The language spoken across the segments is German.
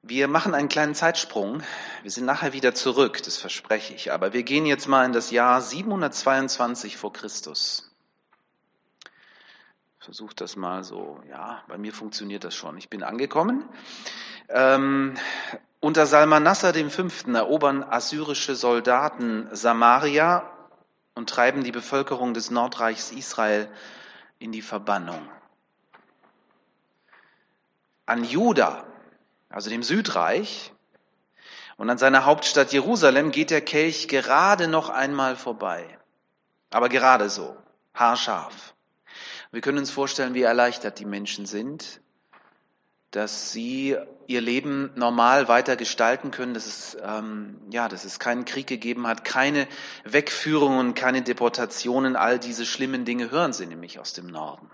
Wir machen einen kleinen Zeitsprung. Wir sind nachher wieder zurück, das verspreche ich. Aber wir gehen jetzt mal in das Jahr 722 vor Christus. Versucht das mal so. Ja, bei mir funktioniert das schon. Ich bin angekommen. Unter Salmanassar V. erobern assyrische Soldaten Samaria und treiben die Bevölkerung des Nordreichs Israel in die Verbannung. An Juda, also dem Südreich, und an seiner Hauptstadt Jerusalem geht der Kelch gerade noch einmal vorbei. Aber gerade so, haarscharf. Wir können uns vorstellen, wie erleichtert die Menschen sind, dass sie ihr Leben normal weiter gestalten können, dass es keinen Krieg gegeben hat, keine Wegführungen, keine Deportationen, all diese schlimmen Dinge hören sie nämlich aus dem Norden.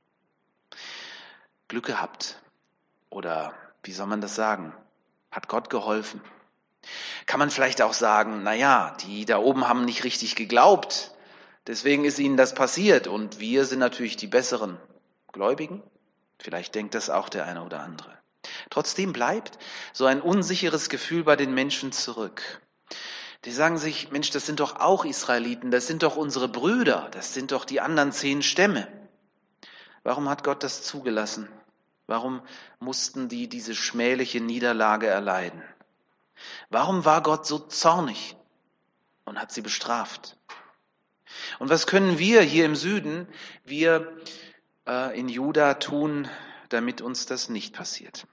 Glück gehabt. Oder wie soll man das sagen? Hat Gott geholfen? Kann man vielleicht auch sagen, die da oben haben nicht richtig geglaubt, deswegen ist ihnen das passiert und wir sind natürlich die besseren Gläubigen? Vielleicht denkt das auch der eine oder andere. Trotzdem bleibt so ein unsicheres Gefühl bei den Menschen zurück. Die sagen sich, Mensch, das sind doch auch Israeliten, das sind doch unsere Brüder, das sind doch die anderen 10 Stämme. Warum hat Gott das zugelassen? Warum mussten die diese schmähliche Niederlage erleiden? Warum war Gott so zornig und hat sie bestraft? Und was können wir hier im Süden, wir in Juda tun, damit uns das nicht passiert?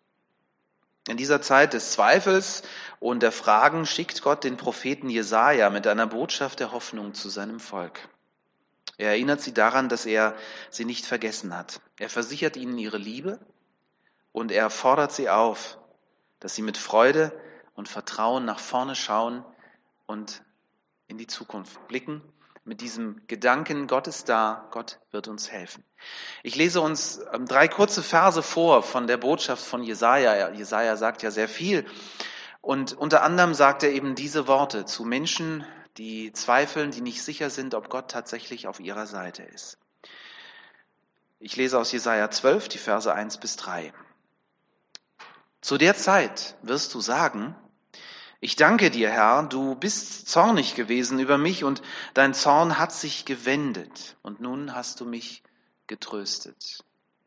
In dieser Zeit des Zweifels und der Fragen schickt Gott den Propheten Jesaja mit einer Botschaft der Hoffnung zu seinem Volk. Er erinnert sie daran, dass er sie nicht vergessen hat. Er versichert ihnen ihre Liebe und er fordert sie auf, dass sie mit Freude und Vertrauen nach vorne schauen und in die Zukunft blicken. Mit diesem Gedanken, Gott ist da, Gott wird uns helfen. Ich lese uns 3 kurze Verse vor von der Botschaft von Jesaja. Jesaja sagt ja sehr viel. Und unter anderem sagt er eben diese Worte zu Menschen, die zweifeln, die nicht sicher sind, ob Gott tatsächlich auf ihrer Seite ist. Ich lese aus Jesaja 12, die Verse 1-3. Zu der Zeit wirst du sagen, ich danke dir, Herr, du bist zornig gewesen über mich und dein Zorn hat sich gewendet und nun hast du mich getröstet.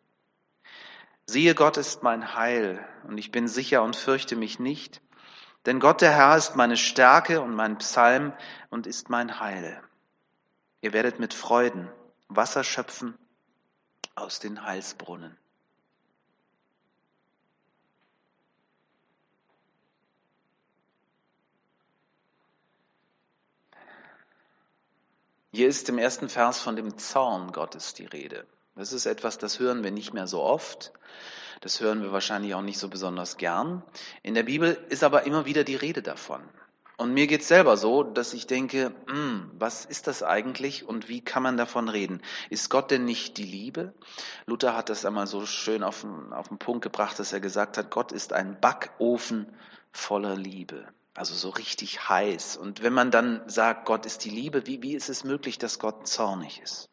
Siehe, Gott ist mein Heil und ich bin sicher und fürchte mich nicht, denn Gott der Herr ist meine Stärke und mein Psalm und ist mein Heil. Ihr werdet mit Freuden Wasser schöpfen aus den Heilsbrunnen. Hier ist im ersten Vers von dem Zorn Gottes die Rede. Das ist etwas, das hören wir nicht mehr so oft. Das hören wir wahrscheinlich auch nicht so besonders gern. In der Bibel ist aber immer wieder die Rede davon. Und mir geht's selber so, dass ich denke, was ist das eigentlich und wie kann man davon reden? Ist Gott denn nicht die Liebe? Luther hat das einmal so schön auf den Punkt gebracht, dass er gesagt hat, Gott ist ein Backofen voller Liebe. Also so richtig heiß. Und wenn man dann sagt, Gott ist die Liebe, wie ist es möglich, dass Gott zornig ist?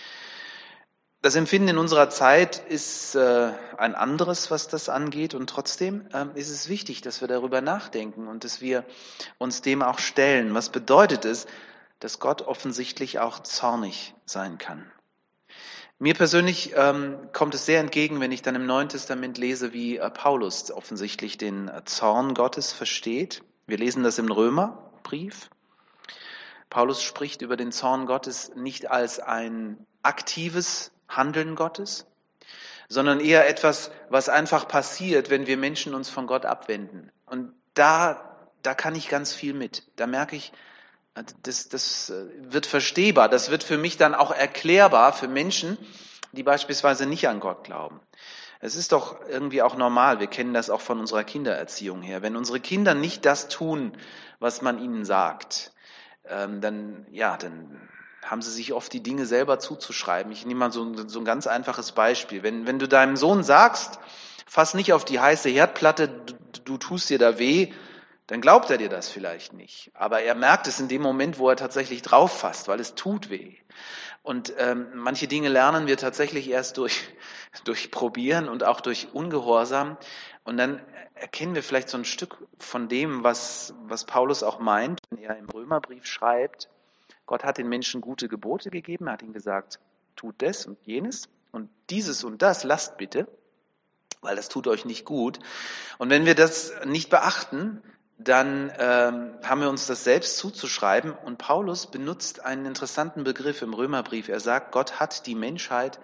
Das Empfinden in unserer Zeit ist ein anderes, was das angeht. Und trotzdem ist es wichtig, dass wir darüber nachdenken und dass wir uns dem auch stellen. Was bedeutet es, dass Gott offensichtlich auch zornig sein kann? Mir persönlich kommt es sehr entgegen, wenn ich dann im Neuen Testament lese, wie Paulus offensichtlich den Zorn Gottes versteht. Wir lesen das im Römerbrief. Paulus spricht über den Zorn Gottes nicht als ein aktives Handeln Gottes, sondern eher etwas, was einfach passiert, wenn wir Menschen uns von Gott abwenden. Und da kann ich ganz viel mit. Da merke ich, das wird verstehbar. Das wird für mich dann auch erklärbar für Menschen, die beispielsweise nicht an Gott glauben. Es ist doch irgendwie auch normal, wir kennen das auch von unserer Kindererziehung her. Wenn unsere Kinder nicht das tun, was man ihnen sagt, dann haben sie sich oft die Dinge selber zuzuschreiben. Ich nehme mal so ein ganz einfaches Beispiel. Wenn du deinem Sohn sagst, fass nicht auf die heiße Herdplatte, du tust dir da weh, dann glaubt er dir das vielleicht nicht. Aber er merkt es in dem Moment, wo er tatsächlich drauf fasst, weil es tut weh. Und manche Dinge lernen wir tatsächlich erst durch Probieren und auch durch Ungehorsam. Und dann erkennen wir vielleicht so ein Stück von dem, was Paulus auch meint, wenn er im Römerbrief schreibt, Gott hat den Menschen gute Gebote gegeben, er hat ihnen gesagt, tut das und jenes und dieses und das lasst bitte, weil das tut euch nicht gut. Und wenn wir das nicht beachten, dann haben wir uns das selbst zuzuschreiben. Und Paulus benutzt einen interessanten Begriff im Römerbrief. Er sagt, Gott hat die Menschheit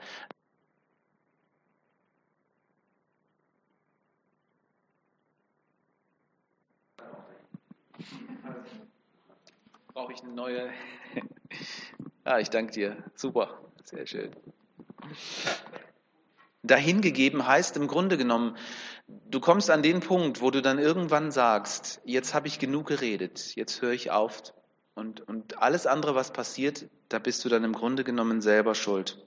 brauche ich eine neue. Ich danke dir. Super, sehr schön. Dahingegeben heißt im Grunde genommen, du kommst an den Punkt, wo du dann irgendwann sagst, jetzt habe ich genug geredet, jetzt höre ich auf und alles andere, was passiert, da bist du dann im Grunde genommen selber schuld.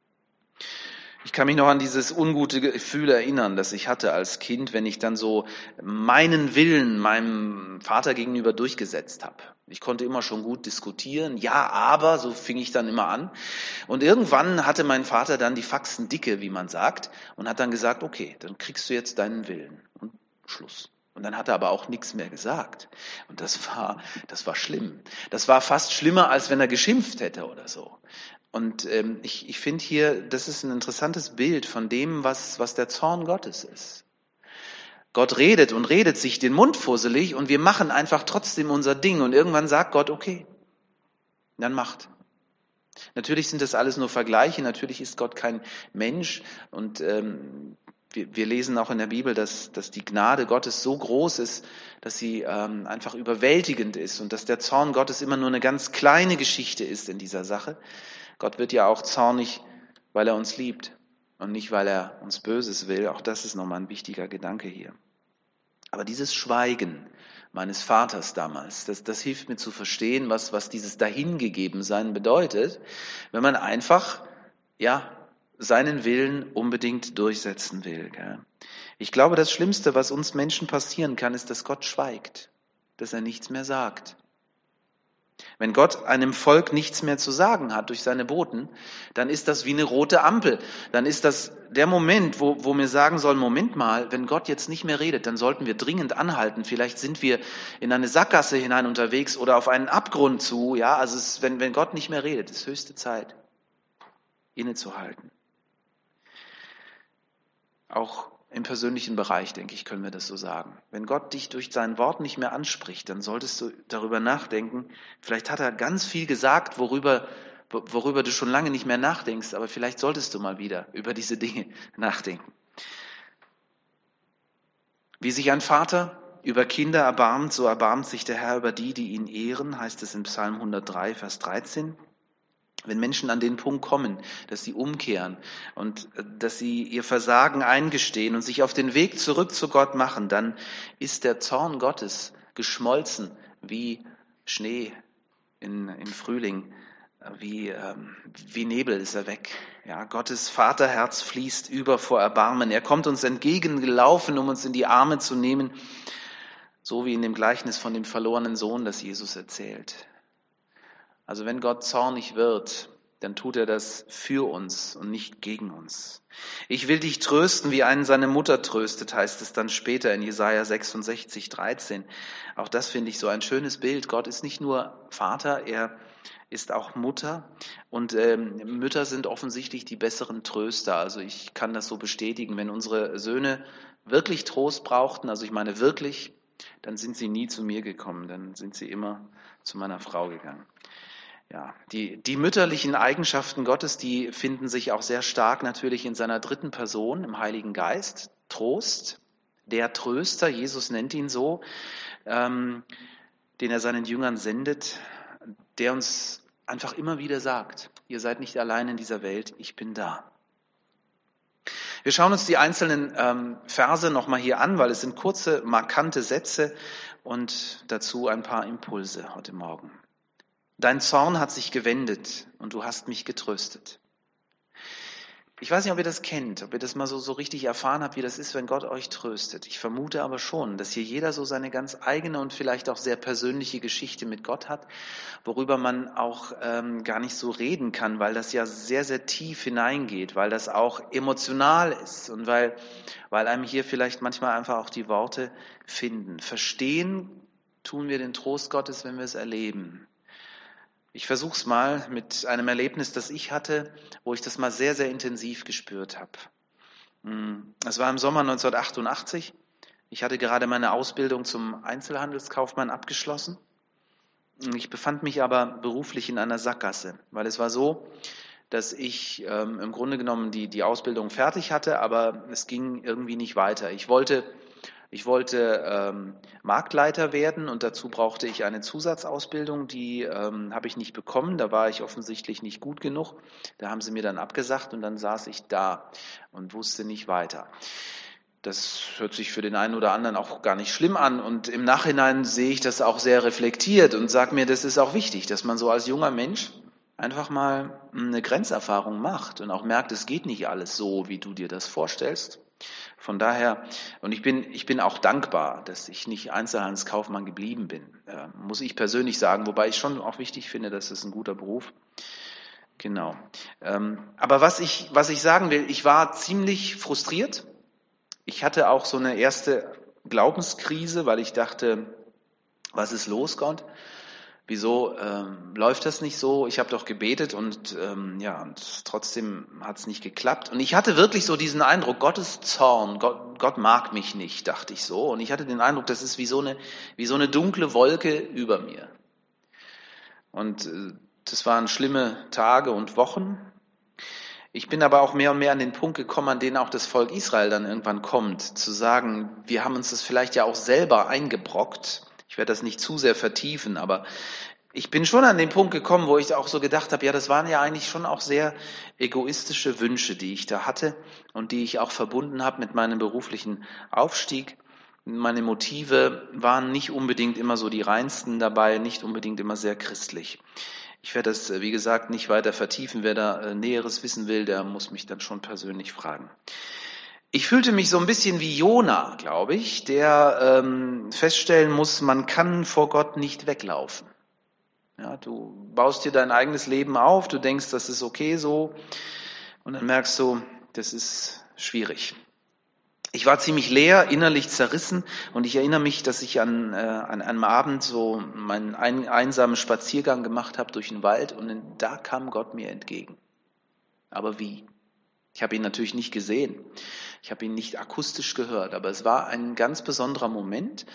Ich kann mich noch an dieses ungute Gefühl erinnern, das ich hatte als Kind, wenn ich dann so meinen Willen meinem Vater gegenüber durchgesetzt habe. Ich konnte immer schon gut diskutieren, ja, aber, so fing ich dann immer an. Und irgendwann hatte mein Vater dann die Faxen dicke, wie man sagt, und hat dann gesagt, okay, dann kriegst du jetzt deinen Willen. Und Schluss. Und dann hat er aber auch nichts mehr gesagt. Und das war schlimm. Das war fast schlimmer, als wenn er geschimpft hätte oder so. Und ich finde hier, das ist ein interessantes Bild von dem, was der Zorn Gottes ist. Gott redet und redet sich den Mund fusselig und wir machen einfach trotzdem unser Ding. Und irgendwann sagt Gott, okay, dann macht. Natürlich sind das alles nur Vergleiche, natürlich ist Gott kein Mensch. Und wir lesen auch in der Bibel, dass die Gnade Gottes so groß ist, dass sie einfach überwältigend ist und dass der Zorn Gottes immer nur eine ganz kleine Geschichte ist in dieser Sache. Gott wird ja auch zornig, weil er uns liebt und nicht, weil er uns Böses will. Auch das ist nochmal ein wichtiger Gedanke hier. Aber dieses Schweigen meines Vaters damals, das hilft mir zu verstehen, was dieses Dahingegebensein bedeutet, wenn man einfach, seinen Willen unbedingt durchsetzen will. Gell? Ich glaube, das Schlimmste, was uns Menschen passieren kann, ist, dass Gott schweigt, dass er nichts mehr sagt. Wenn Gott einem Volk nichts mehr zu sagen hat durch seine Boten, dann ist das wie eine rote Ampel. Dann ist das der Moment, wo wir sagen sollen, Moment mal, wenn Gott jetzt nicht mehr redet, dann sollten wir dringend anhalten. Vielleicht sind wir in eine Sackgasse hinein unterwegs oder auf einen Abgrund zu. Ja, also wenn Gott nicht mehr redet, ist höchste Zeit, innezuhalten. Auch im persönlichen Bereich, denke ich, können wir das so sagen. Wenn Gott dich durch sein Wort nicht mehr anspricht, dann solltest du darüber nachdenken. Vielleicht hat er ganz viel gesagt, worüber du schon lange nicht mehr nachdenkst, aber vielleicht solltest du mal wieder über diese Dinge nachdenken. Wie sich ein Vater über Kinder erbarmt, so erbarmt sich der Herr über die ihn ehren, heißt es in Psalm 103, Vers 13. Wenn Menschen an den Punkt kommen, dass sie umkehren und dass sie ihr Versagen eingestehen und sich auf den Weg zurück zu Gott machen, dann ist der Zorn Gottes geschmolzen wie Schnee im Frühling, wie Nebel ist er weg. Ja, Gottes Vaterherz fließt über vor Erbarmen. Er kommt uns entgegengelaufen, um uns in die Arme zu nehmen, so wie in dem Gleichnis von dem verlorenen Sohn, das Jesus erzählt. Also wenn Gott zornig wird, dann tut er das für uns und nicht gegen uns. Ich will dich trösten, wie einen seine Mutter tröstet, heißt es dann später in Jesaja 66, 13. Auch das finde ich so ein schönes Bild. Gott ist nicht nur Vater, er ist auch Mutter. Und Mütter sind offensichtlich die besseren Tröster. Also ich kann das so bestätigen, wenn unsere Söhne wirklich Trost brauchten, also ich meine wirklich, dann sind sie nie zu mir gekommen, dann sind sie immer zu meiner Frau gegangen. Ja, die mütterlichen Eigenschaften Gottes, die finden sich auch sehr stark natürlich in seiner dritten Person, im Heiligen Geist. Trost, der Tröster, Jesus nennt ihn so, den er seinen Jüngern sendet, der uns einfach immer wieder sagt, ihr seid nicht allein in dieser Welt, ich bin da. Wir schauen uns die einzelnen Verse nochmal hier an, weil es sind kurze, markante Sätze und dazu ein paar Impulse heute Morgen. Dein Zorn hat sich gewendet und du hast mich getröstet. Ich weiß nicht, ob ihr das kennt, ob ihr das mal so richtig erfahren habt, wie das ist, wenn Gott euch tröstet. Ich vermute aber schon, dass hier jeder so seine ganz eigene und vielleicht auch sehr persönliche Geschichte mit Gott hat, worüber man auch gar nicht so reden kann, weil das ja sehr, sehr tief hineingeht, weil das auch emotional ist und weil einem hier vielleicht manchmal einfach auch die Worte finden. Verstehen tun wir den Trost Gottes, wenn wir es erleben. Ich versuche es mal mit einem Erlebnis, das ich hatte, wo ich das mal sehr, sehr intensiv gespürt habe. Es war im Sommer 1988. Ich hatte gerade meine Ausbildung zum Einzelhandelskaufmann abgeschlossen. Ich befand mich aber beruflich in einer Sackgasse, weil es war so, dass ich im Grunde genommen die Ausbildung fertig hatte, aber es ging irgendwie nicht weiter. Ich wollte Marktleiter werden und dazu brauchte ich eine Zusatzausbildung, die habe ich nicht bekommen, da war ich offensichtlich nicht gut genug. Da haben sie mir dann abgesagt und dann saß ich da und wusste nicht weiter. Das hört sich für den einen oder anderen auch gar nicht schlimm an und im Nachhinein sehe ich das auch sehr reflektiert und sage mir, das ist auch wichtig, dass man so als junger Mensch einfach mal eine Grenzerfahrung macht und auch merkt, es geht nicht alles so, wie du dir das vorstellst. Von daher, und ich bin auch dankbar, dass ich nicht Einzelhandelskaufmann geblieben bin, muss ich persönlich sagen, wobei ich schon auch wichtig finde, dass es ein guter Beruf. Genau. Aber was ich sagen will, ich war ziemlich frustriert. Ich hatte auch so eine erste Glaubenskrise, weil ich dachte, was ist los, Gott? Wieso läuft das nicht so? Ich habe doch gebetet und und trotzdem hat es nicht geklappt. Und ich hatte wirklich so diesen Eindruck, Gottes Zorn, Gott mag mich nicht, dachte ich so. Und ich hatte den Eindruck, das ist wie so eine dunkle Wolke über mir. Und das waren schlimme Tage und Wochen. Ich bin aber auch mehr und mehr an den Punkt gekommen, an den auch das Volk Israel dann irgendwann kommt, zu sagen, wir haben uns das vielleicht ja auch selber eingebrockt. Ich werde das nicht zu sehr vertiefen, aber ich bin schon an den Punkt gekommen, wo ich auch so gedacht habe, ja, das waren ja eigentlich schon auch sehr egoistische Wünsche, die ich da hatte und die ich auch verbunden habe mit meinem beruflichen Aufstieg. Meine Motive waren nicht unbedingt immer so die reinsten dabei, nicht unbedingt immer sehr christlich. Ich werde das, wie gesagt, nicht weiter vertiefen. Wer da Näheres wissen will, der muss mich dann schon persönlich fragen. Ich fühlte mich so ein bisschen wie Jona, glaube ich, der feststellen muss, man kann vor Gott nicht weglaufen. Ja, du baust dir dein eigenes Leben auf, du denkst, das ist okay so, und dann merkst du, das ist schwierig. Ich war ziemlich leer, innerlich zerrissen, und ich erinnere mich, dass ich an einem Abend so meinen einsamen Spaziergang gemacht habe durch den Wald, und da kam Gott mir entgegen. Aber wie? Ich habe ihn natürlich nicht gesehen, ich habe ihn nicht akustisch gehört, aber es war ein ganz besonderer Moment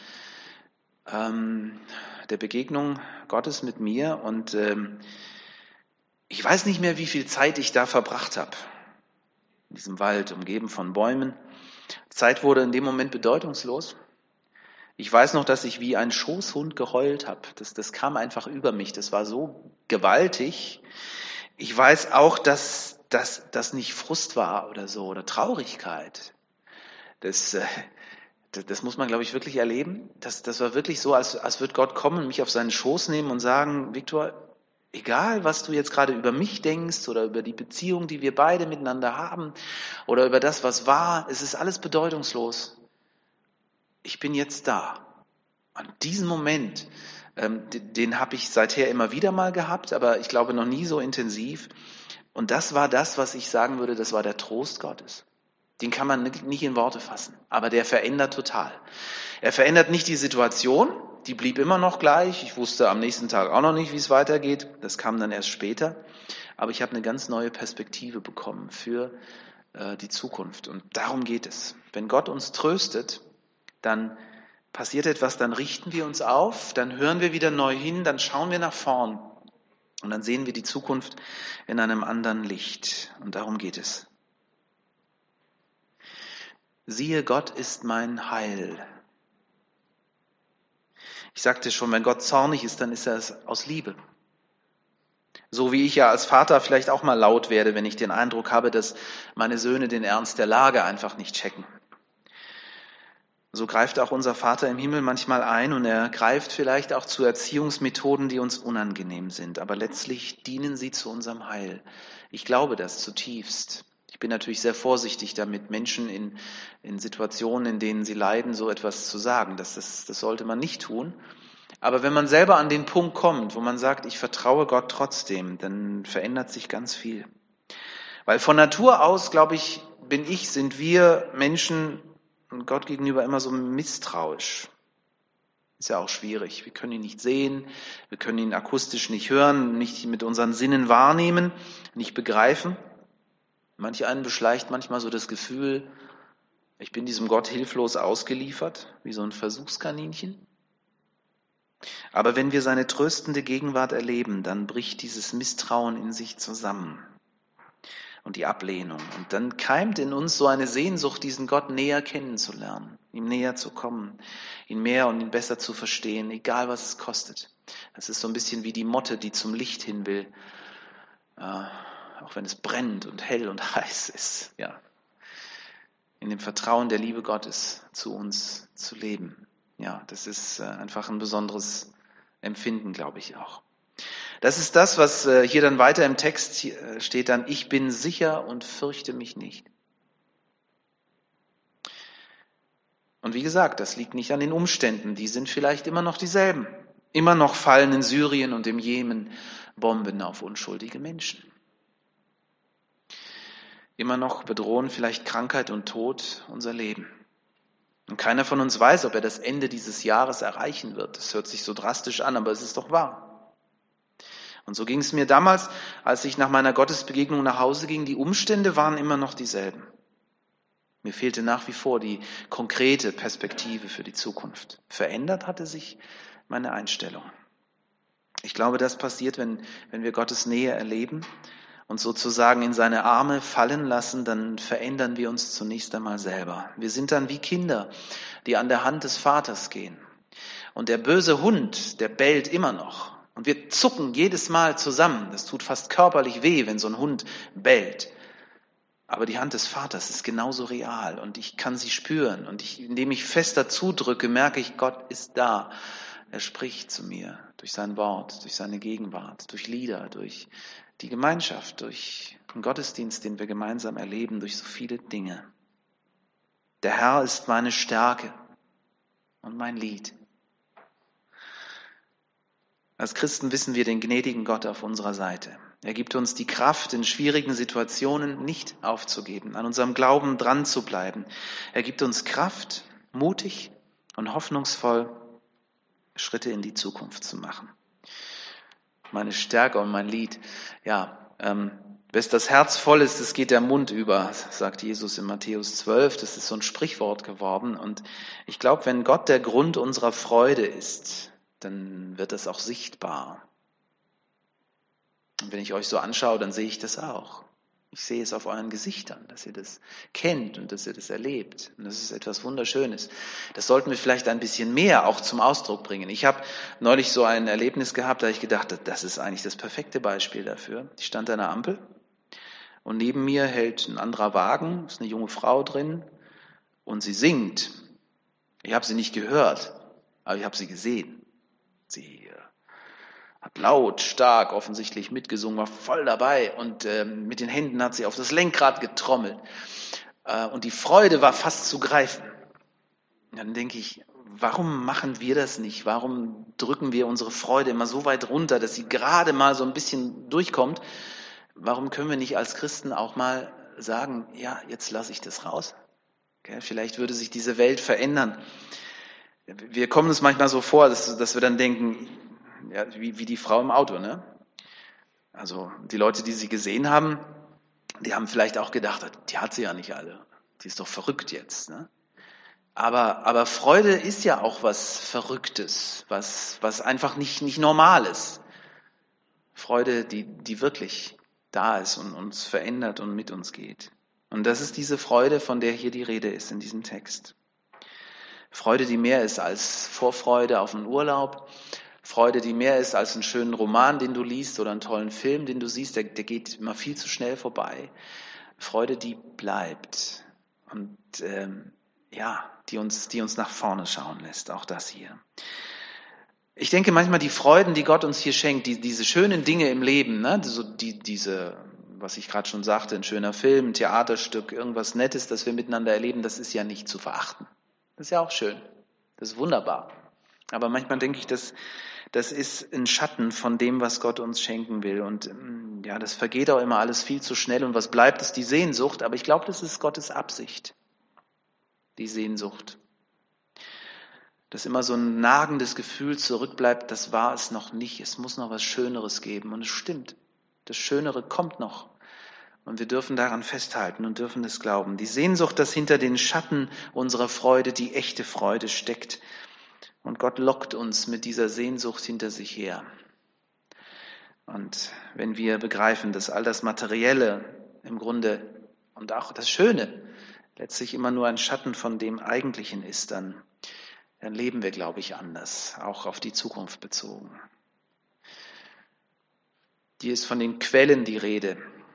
der Begegnung Gottes mit mir, und ich weiß nicht mehr, wie viel Zeit ich da verbracht habe, in diesem Wald, umgeben von Bäumen. Zeit wurde in dem Moment bedeutungslos. Ich weiß noch, dass ich wie ein Schoßhund geheult habe. Das kam einfach über mich. Das war so gewaltig. Ich weiß auch, dass das nicht Frust war oder so oder Traurigkeit. Das muss man, glaube ich, wirklich erleben. Das war wirklich so, als würde Gott kommen und mich auf seinen Schoß nehmen und sagen, Viktor, egal, was du jetzt gerade über mich denkst oder über die Beziehung, die wir beide miteinander haben oder über das, was war, es ist alles bedeutungslos. Ich bin jetzt da. An diesem Moment, den habe ich seither immer wieder mal gehabt, aber ich glaube noch nie so intensiv. Und das war das, was ich sagen würde, das war der Trost Gottes. Den kann man nicht in Worte fassen, aber der verändert total. Er verändert nicht die Situation, die blieb immer noch gleich. Ich wusste am nächsten Tag auch noch nicht, wie es weitergeht. Das kam dann erst später. Aber ich habe eine ganz neue Perspektive bekommen für die Zukunft. Und darum geht es. Wenn Gott uns tröstet, dann passiert etwas, dann richten wir uns auf, dann hören wir wieder neu hin, dann schauen wir nach vorn und dann sehen wir die Zukunft in einem anderen Licht. Und darum geht es. Siehe, Gott ist mein Heil. Ich sagte schon, wenn Gott zornig ist, dann ist er es aus Liebe. So wie ich ja als Vater vielleicht auch mal laut werde, wenn ich den Eindruck habe, dass meine Söhne den Ernst der Lage einfach nicht checken. So greift auch unser Vater im Himmel manchmal ein und er greift vielleicht auch zu Erziehungsmethoden, die uns unangenehm sind. Aber letztlich dienen sie zu unserem Heil. Ich glaube das zutiefst. Ich bin natürlich sehr vorsichtig damit, Menschen in Situationen, in denen sie leiden, so etwas zu sagen. Das sollte man nicht tun. Aber wenn man selber an den Punkt kommt, wo man sagt, ich vertraue Gott trotzdem, dann verändert sich ganz viel. Weil von Natur aus, glaube ich, sind wir Menschen Gott gegenüber immer so misstrauisch. Ist ja auch schwierig. Wir können ihn nicht sehen, wir können ihn akustisch nicht hören, nicht mit unseren Sinnen wahrnehmen, nicht begreifen. Manch einen beschleicht manchmal so das Gefühl, ich bin diesem Gott hilflos ausgeliefert, wie so ein Versuchskaninchen. Aber wenn wir seine tröstende Gegenwart erleben, dann bricht dieses Misstrauen in sich zusammen und die Ablehnung. Und dann keimt in uns so eine Sehnsucht, diesen Gott näher kennenzulernen, ihm näher zu kommen, ihn mehr und ihn besser zu verstehen, egal was es kostet. Das ist so ein bisschen wie die Motte, die zum Licht hin will, auch wenn es brennt und hell und heiß ist. Ja, in dem Vertrauen der Liebe Gottes zu uns zu leben. Ja, das ist einfach ein besonderes Empfinden, glaube ich auch. Das ist das, was hier dann weiter im Text steht dann, ich bin sicher und fürchte mich nicht. Und wie gesagt, das liegt nicht an den Umständen, die sind vielleicht immer noch dieselben. Immer noch fallen in Syrien und im Jemen Bomben auf unschuldige Menschen. Immer noch bedrohen vielleicht Krankheit und Tod unser Leben. Und keiner von uns weiß, ob er das Ende dieses Jahres erreichen wird. Das hört sich so drastisch an, aber es ist doch wahr. Und so ging es mir damals, als ich nach meiner Gottesbegegnung nach Hause ging. Die Umstände waren immer noch dieselben. Mir fehlte nach wie vor die konkrete Perspektive für die Zukunft. Verändert hatte sich meine Einstellung. Ich glaube, das passiert, wenn wir Gottes Nähe erleben und sozusagen in seine Arme fallen lassen, dann verändern wir uns zunächst einmal selber. Wir sind dann wie Kinder, die an der Hand des Vaters gehen. Und der böse Hund, der bellt immer noch. Und wir zucken jedes Mal zusammen. Das tut fast körperlich weh, wenn so ein Hund bellt. Aber die Hand des Vaters ist genauso real und ich kann sie spüren. Und indem ich fester zudrücke, merke ich, Gott ist da. Er spricht zu mir durch sein Wort, durch seine Gegenwart, durch Lieder, durch die Gemeinschaft, durch den Gottesdienst, den wir gemeinsam erleben, durch so viele Dinge. Der Herr ist meine Stärke und mein Lied. Als Christen wissen wir den gnädigen Gott auf unserer Seite. Er gibt uns die Kraft, in schwierigen Situationen nicht aufzugeben, an unserem Glauben dran zu bleiben. Er gibt uns Kraft, mutig und hoffnungsvoll Schritte in die Zukunft zu machen. Meine Stärke und mein Lied, ja, bis das Herz voll ist, es geht der Mund über, sagt Jesus in Matthäus 12. Das ist so ein Sprichwort geworden. Und ich glaube, wenn Gott der Grund unserer Freude ist, dann wird das auch sichtbar. Und wenn ich euch so anschaue, dann sehe ich das auch. Ich sehe es auf euren Gesichtern, dass ihr das kennt und dass ihr das erlebt. Und das ist etwas Wunderschönes. Das sollten wir vielleicht ein bisschen mehr auch zum Ausdruck bringen. Ich habe neulich so ein Erlebnis gehabt, da ich gedacht habe, das ist eigentlich das perfekte Beispiel dafür. Ich stand an einer Ampel und neben mir hält ein anderer Wagen, ist eine junge Frau drin und sie singt. Ich habe sie nicht gehört, aber ich habe sie gesehen. Sie hat laut, stark, offensichtlich mitgesungen, war voll dabei und mit den Händen hat sie auf das Lenkrad getrommelt. Und die Freude war fast zu greifen. Und dann denke ich, warum machen wir das nicht? Warum drücken wir unsere Freude immer so weit runter, dass sie gerade mal so ein bisschen durchkommt? Warum können wir nicht als Christen auch mal sagen, ja, jetzt lasse ich das raus? Okay, vielleicht würde sich diese Welt verändern. Wir kommen uns manchmal so vor, dass wir dann denken, ja, wie die Frau im Auto, ne? Also die Leute, die sie gesehen haben, die haben vielleicht auch gedacht, die hat sie ja nicht alle. Die ist doch verrückt jetzt, ne? Aber Freude ist ja auch was Verrücktes, was einfach nicht normal ist. Freude, die wirklich da ist und uns verändert und mit uns geht. Und das ist diese Freude, von der hier die Rede ist in diesem Text. Freude, die mehr ist als Vorfreude auf einen Urlaub. Freude, die mehr ist als einen schönen Roman, den du liest oder einen tollen Film, den du siehst, der geht immer viel zu schnell vorbei. Freude, die bleibt und die uns nach vorne schauen lässt, auch das hier. Ich denke manchmal, die Freuden, die Gott uns hier schenkt, diese schönen Dinge im Leben, ne, diese was ich gerade schon sagte, ein schöner Film, ein Theaterstück, irgendwas Nettes, das wir miteinander erleben, das ist ja nicht zu verachten. Das ist ja auch schön. Das ist wunderbar. Aber manchmal denke ich, das ist ein Schatten von dem, was Gott uns schenken will. Und ja, das vergeht auch immer alles viel zu schnell. Und was bleibt, ist die Sehnsucht. Aber ich glaube, das ist Gottes Absicht, die Sehnsucht. Dass immer so ein nagendes Gefühl zurückbleibt, das war es noch nicht. Es muss noch was Schöneres geben. Und es stimmt. Das Schönere kommt noch. Und wir dürfen daran festhalten und dürfen es glauben. Die Sehnsucht, dass hinter den Schatten unserer Freude die echte Freude steckt. Und Gott lockt uns mit dieser Sehnsucht hinter sich her. Und wenn wir begreifen, dass all das Materielle im Grunde und auch das Schöne letztlich immer nur ein Schatten von dem Eigentlichen ist, dann leben wir, glaube ich, anders, auch auf die Zukunft bezogen. Hier ist von den Quellen die Rede.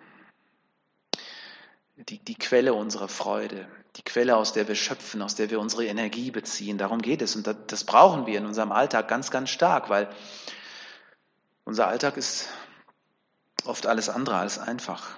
Die Quelle unserer Freude, die Quelle, aus der wir schöpfen, aus der wir unsere Energie beziehen. Darum geht es. Und das brauchen wir in unserem Alltag ganz, ganz stark, weil unser Alltag ist oft alles andere als einfach.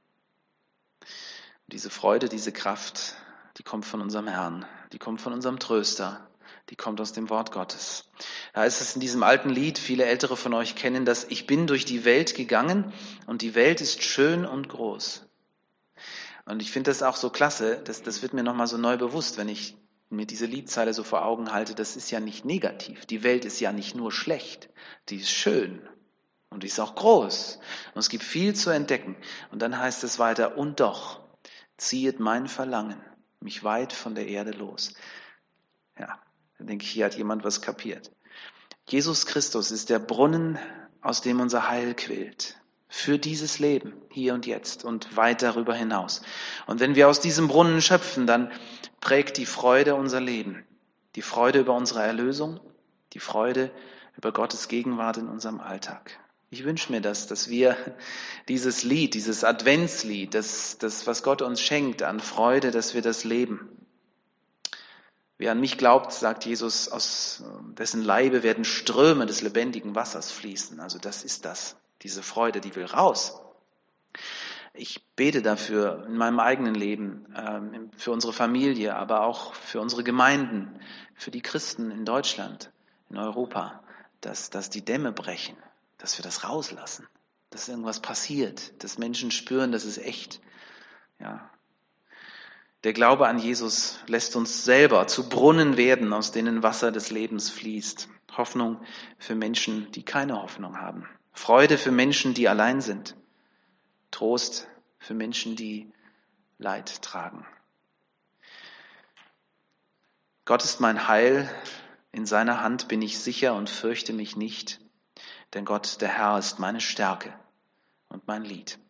Und diese Freude, diese Kraft, die kommt von unserem Herrn, die kommt von unserem Tröster, die kommt aus dem Wort Gottes. Da ist es in diesem alten Lied, viele Ältere von euch kennen das: Ich bin durch die Welt gegangen und die Welt ist schön und groß. Und ich finde das auch so klasse, das wird mir nochmal so neu bewusst, wenn ich mir diese Liedzeile so vor Augen halte. Das ist ja nicht negativ. Die Welt ist ja nicht nur schlecht, die ist schön und die ist auch groß. Und es gibt viel zu entdecken. Und dann heißt es weiter: Und doch ziehet mein Verlangen mich weit von der Erde los. Ja, dann denke ich, hier hat jemand was kapiert. Jesus Christus ist der Brunnen, aus dem unser Heil quillt. Für dieses Leben, hier und jetzt und weit darüber hinaus. Und wenn wir aus diesem Brunnen schöpfen, dann prägt die Freude unser Leben. Die Freude über unsere Erlösung, die Freude über Gottes Gegenwart in unserem Alltag. Ich wünsche mir dass wir dieses Lied, dieses Adventslied, das, was Gott uns schenkt an Freude, dass wir das leben. Wer an mich glaubt, sagt Jesus, aus dessen Leibe werden Ströme des lebendigen Wassers fließen. Also das ist das. Diese Freude, die will raus. Ich bete dafür in meinem eigenen Leben, für unsere Familie, aber auch für unsere Gemeinden, für die Christen in Deutschland, in Europa, dass die Dämme brechen, dass wir das rauslassen, dass irgendwas passiert, dass Menschen spüren, das ist echt. Ja. Der Glaube an Jesus lässt uns selber zu Brunnen werden, aus denen Wasser des Lebens fließt. Hoffnung für Menschen, die keine Hoffnung haben. Freude für Menschen, die allein sind. Trost für Menschen, die Leid tragen. Gott ist mein Heil, in seiner Hand bin ich sicher und fürchte mich nicht, denn Gott, der Herr, ist meine Stärke und mein Lied.